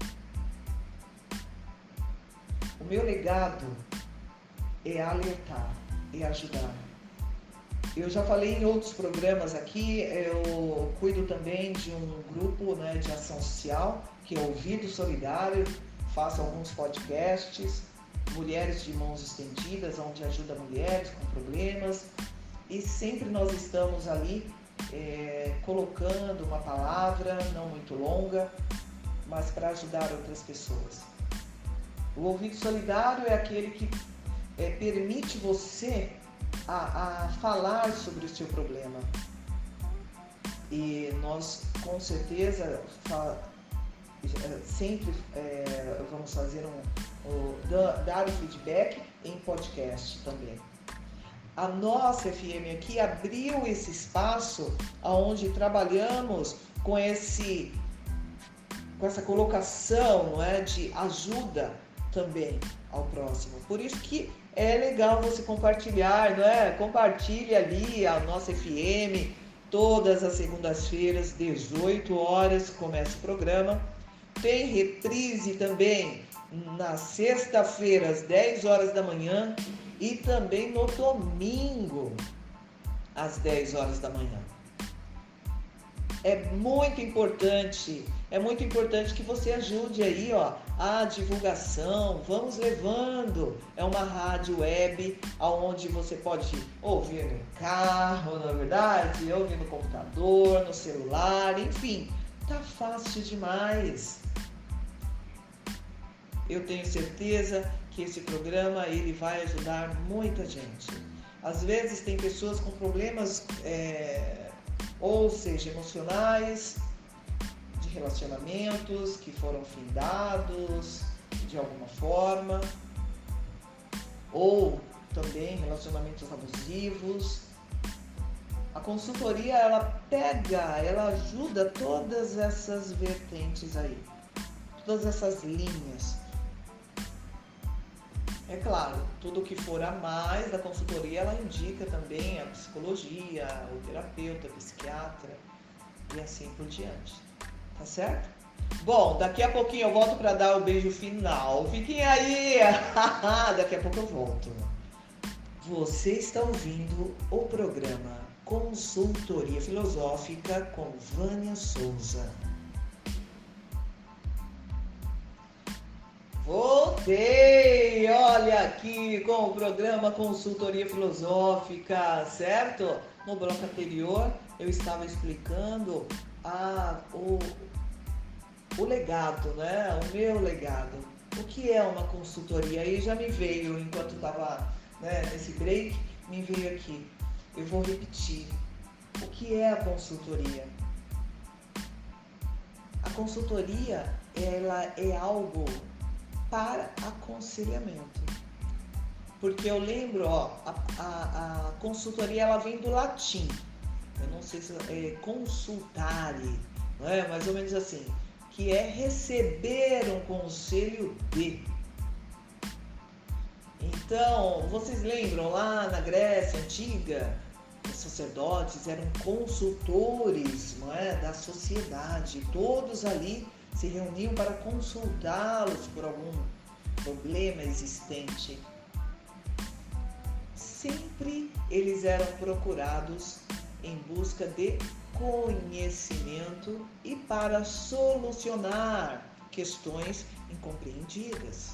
O meu legado é alertar, é ajudar. Eu já falei em outros programas aqui, eu cuido também de um grupo, né, de ação social, que é Ouvido Solidário, faço alguns podcasts, Mulheres de Mãos Estendidas, onde ajuda mulheres com problemas, e sempre nós estamos ali é, colocando uma palavra, não muito longa, mas para ajudar outras pessoas. O Ouvido Solidário é aquele que é, permite você A, a falar sobre o seu problema. E nós, com certeza, fa, sempre é, vamos fazer um, um, dar o feedback em podcast também. A nossa F M aqui abriu esse espaço onde trabalhamos com, esse, com essa colocação, não é, de ajuda também ao próximo. Por isso que é legal você compartilhar, não é? Compartilhe ali a nossa F M, todas as segundas-feiras, dezoito horas, começa o programa. Tem reprise também na sexta-feira, às dez horas da manhã, e também no domingo, às dez horas da manhã. É muito importante, é muito importante que você ajude aí, ó, a divulgação. Vamos levando. É uma rádio web onde você pode ouvir no carro, na verdade, ouvir no computador, no celular, enfim, tá fácil demais. Eu tenho certeza que esse programa ele vai ajudar muita gente. Às vezes tem pessoas com problemas, é, ou seja, emocionais, de relacionamentos que foram findados de alguma forma, ou também relacionamentos abusivos. A consultoria, ela pega, ela ajuda todas essas vertentes aí, todas essas linhas. É claro, tudo que for a mais da consultoria, ela indica também a psicologia, o terapeuta, o psiquiatra e assim por diante. Tá certo? Bom, daqui a pouquinho eu volto para dar o beijo final. Fiquem aí! Daqui a pouco eu volto. Você está ouvindo o programa Consultoria Filosófica com Vânia Souza. Voltei! Olha aqui com o programa Consultoria Filosófica, certo? No bloco anterior eu estava explicando a, o, o legado, né? O meu legado. O que é uma consultoria? Aí já me veio, enquanto estava, né, nesse break, me veio aqui. Eu vou repetir. O que é a consultoria? A consultoria, ela é algo para aconselhamento. Porque eu lembro, ó, a, a, a consultoria, ela vem do latim. Eu não sei se é consultare, não é? Mais ou menos assim, que é receber um conselho de. Então, vocês lembram lá na Grécia Antiga, os sacerdotes eram consultores, não é, da sociedade. Todos ali se reuniam para consultá-los por algum problema existente. Sempre eles eram procurados em busca de conhecimento e para solucionar questões incompreendidas.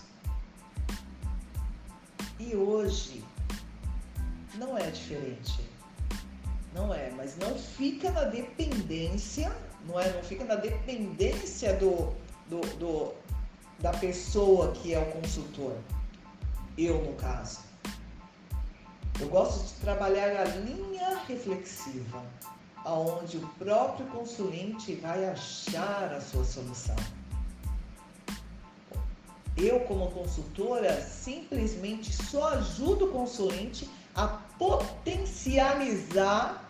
E hoje não é diferente. Não é, mas não fica na dependência, não é? Não fica na dependência do, do, do, da pessoa que é o consultor. Eu, no caso. Eu gosto de trabalhar a linha reflexiva, onde o próprio consulente vai achar a sua solução. Eu, como consultora, simplesmente só ajudo o consulente a potencializar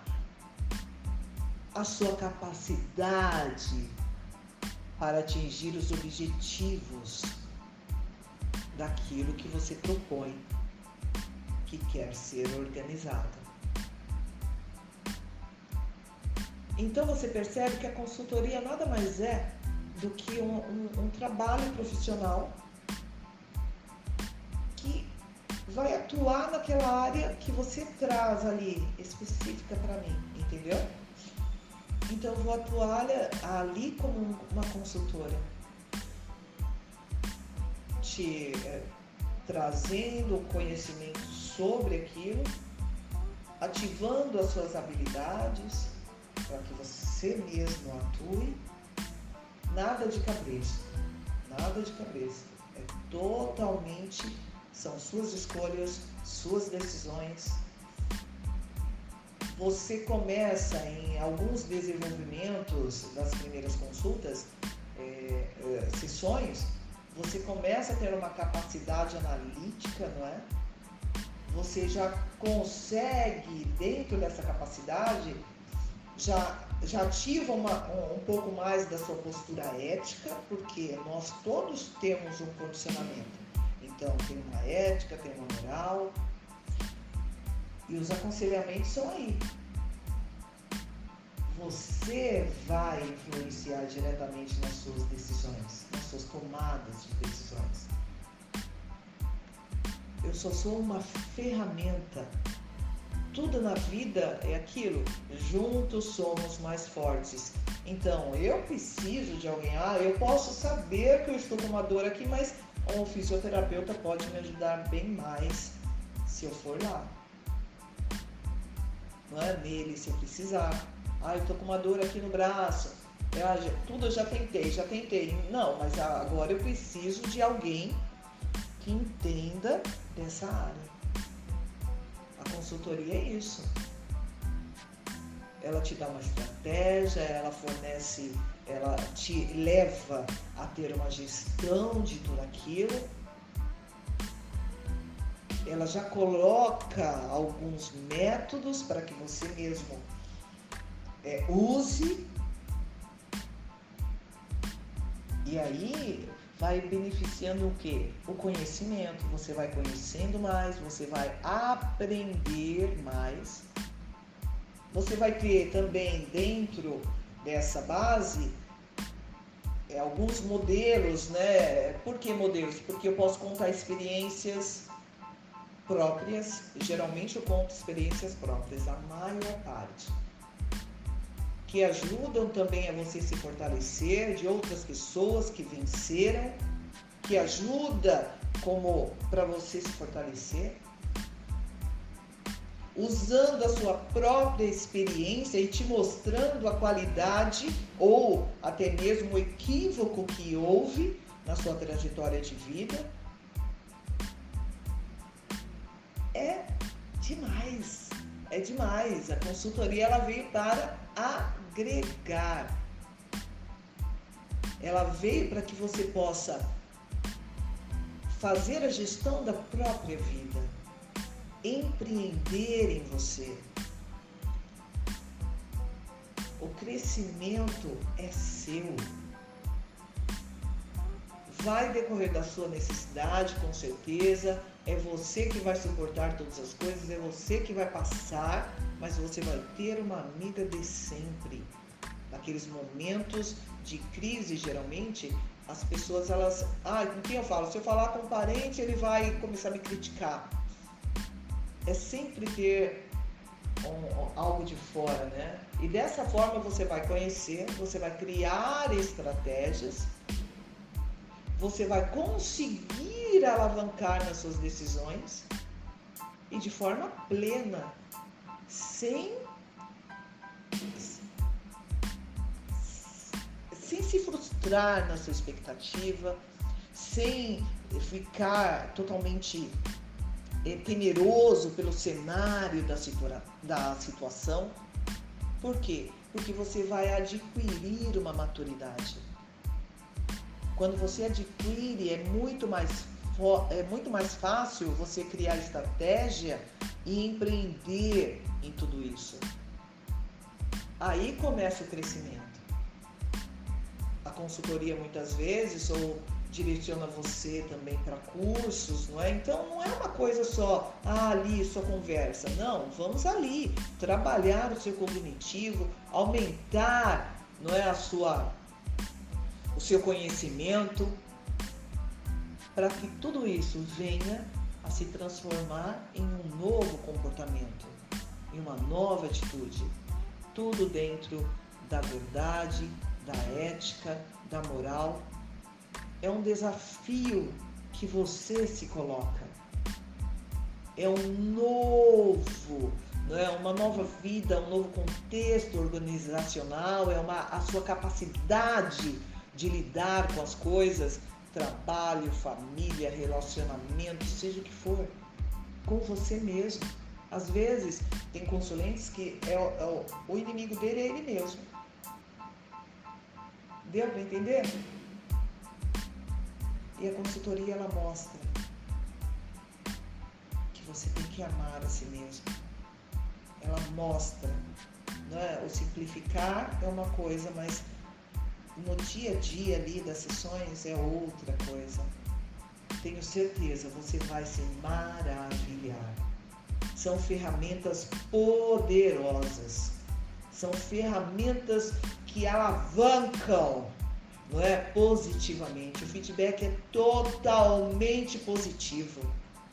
a sua capacidade para atingir os objetivos daquilo que você propõe, que quer ser organizado. Então você percebe que a consultoria nada mais é do que um, um, um trabalho profissional que vai atuar naquela área que você traz ali, específica para mim, entendeu? Então eu vou atuar ali como uma consultora, te é, trazendo conhecimento sobre aquilo, ativando as suas habilidades para que você mesmo atue. Nada de cabeça, nada de cabeça. É totalmente, são suas escolhas, suas decisões. Você começa em alguns desenvolvimentos das primeiras consultas, é, é, sessões, você começa a ter uma capacidade analítica, não é? Você já consegue, dentro dessa capacidade, já, já ativa uma, um, um pouco mais da sua postura ética, porque nós todos temos um condicionamento. Então, tem uma ética, tem uma moral, e os aconselhamentos são aí. Você vai influenciar diretamente nas suas decisões, nas suas tomadas de decisões. Eu só sou uma ferramenta. Tudo na vida é aquilo, juntos somos mais fortes. Então, eu preciso de alguém, ah, eu posso saber que eu estou com uma dor aqui, mas um fisioterapeuta pode me ajudar bem mais se eu for lá. Não é nele, se eu precisar. Ah, eu estou com uma dor aqui no braço. Ah, já, tudo eu já tentei, já tentei. Não, mas agora eu preciso de alguém que entenda dessa área. A consultoria é isso. Ela te dá uma estratégia, ela fornece, ela te leva a ter uma gestão de tudo aquilo. Ela já coloca alguns métodos para que você mesmo é, use. E aí vai beneficiando o quê? O conhecimento. Você vai conhecendo mais, você vai aprender mais. Você vai ter também dentro dessa base é, alguns modelos, né? Por que modelos? Porque eu posso contar experiências próprias. Geralmente eu conto experiências próprias, a maior parte. Que ajudam também a você se fortalecer de outras pessoas que venceram, que ajuda como para você se fortalecer, usando a sua própria experiência e te mostrando a qualidade ou até mesmo o equívoco que houve na sua trajetória de vida. É demais, é demais. A consultoria ela veio para agregar. Ela veio para que você possa fazer a gestão da própria vida, empreender em você. O crescimento é seu. Vai decorrer da sua necessidade, com certeza. É você que vai suportar todas as coisas, é você que vai passar, mas você vai ter uma amiga de sempre. Naqueles momentos de crise, geralmente, as pessoas, elas... Ah, com quem eu falo? Se eu falar com um parente, ele vai começar a me criticar. É sempre ter um, algo de fora, né? E dessa forma você vai conhecer, você vai criar estratégias, você vai conseguir alavancar nas suas decisões e de forma plena, sem, sem se frustrar na sua expectativa, sem ficar totalmente temeroso pelo cenário da, situa- da situação. Por quê? Porque você vai adquirir uma maturidade. Quando você adquire, é muito mais, é muito mais fácil você criar estratégia e empreender em tudo isso. Aí começa o crescimento. A consultoria muitas vezes ou direciona você também para cursos, não é? Então não é uma coisa só, ah, ali só conversa. Não, vamos ali trabalhar o seu cognitivo, aumentar, não é, a sua, o seu conhecimento, para que tudo isso venha a se transformar em um novo comportamento, em uma nova atitude. Tudo dentro da verdade, da ética, da moral. É um desafio que você se coloca. É um novo, não é? Uma nova vida, um novo contexto organizacional, é uma, a sua capacidade de lidar com as coisas, trabalho, família, relacionamento, seja o que for, com você mesmo. Às vezes, tem consulentes que é, é, o inimigo dele é ele mesmo. Deu para entender? E a consultoria, ela mostra que você tem que amar a si mesmo. Ela mostra, né? O simplificar é uma coisa, mas no dia a dia ali das sessões é outra coisa. Tenho certeza, você vai se maravilhar. São ferramentas poderosas. São ferramentas que alavancam, não é, positivamente. O feedback é totalmente positivo.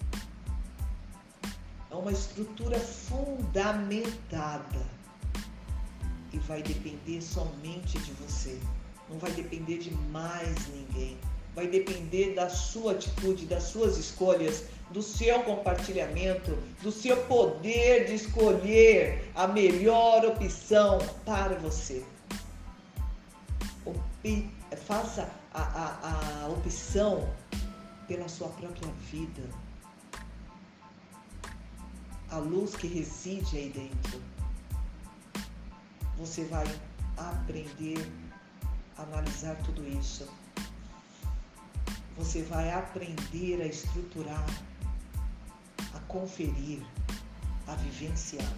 É uma estrutura fundamentada e vai depender somente de você. Não vai depender de mais ninguém. Vai depender da sua atitude, das suas escolhas, do seu compartilhamento, do seu poder de escolher a melhor opção para você. Opi- faça a, a, a opção pela sua própria vida. A luz que reside aí dentro. Você vai aprender a analisar tudo isso. Você vai aprender a estruturar, a conferir, a vivenciar.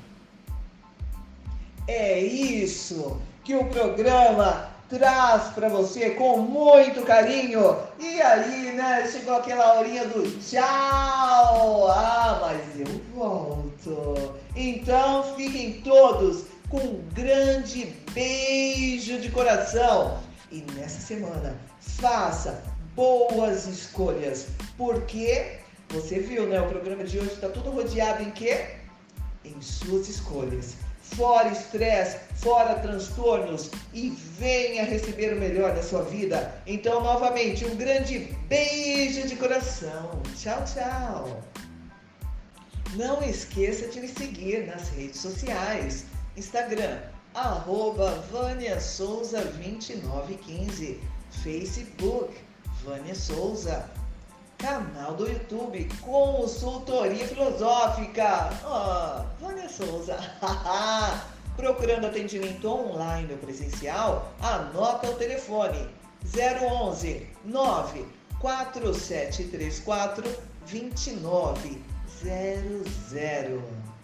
É isso que o programa traz para você com muito carinho. E aí, né, chegou aquela horinha do tchau. Ah, mas eu volto. Então, fiquem todos com um grande beijo de coração. E nessa semana, faça boas escolhas, porque você viu, né? O programa de hoje está tudo rodeado em quê? Em suas escolhas. Fora estresse, fora transtornos e venha receber o melhor da sua vida. Então, novamente, um grande beijo de coração. Tchau, tchau. Não esqueça de me seguir nas redes sociais. Instagram, arroba Vânia Souza vinte e nove quinze. Facebook, Vânia Souza. Canal do YouTube, Consultoria Filosófica. Oh, Vânia Souza. Procurando atendimento online ou presencial, anota o telefone zero onze, nove quatro sete três quatro, dois nove zero zero.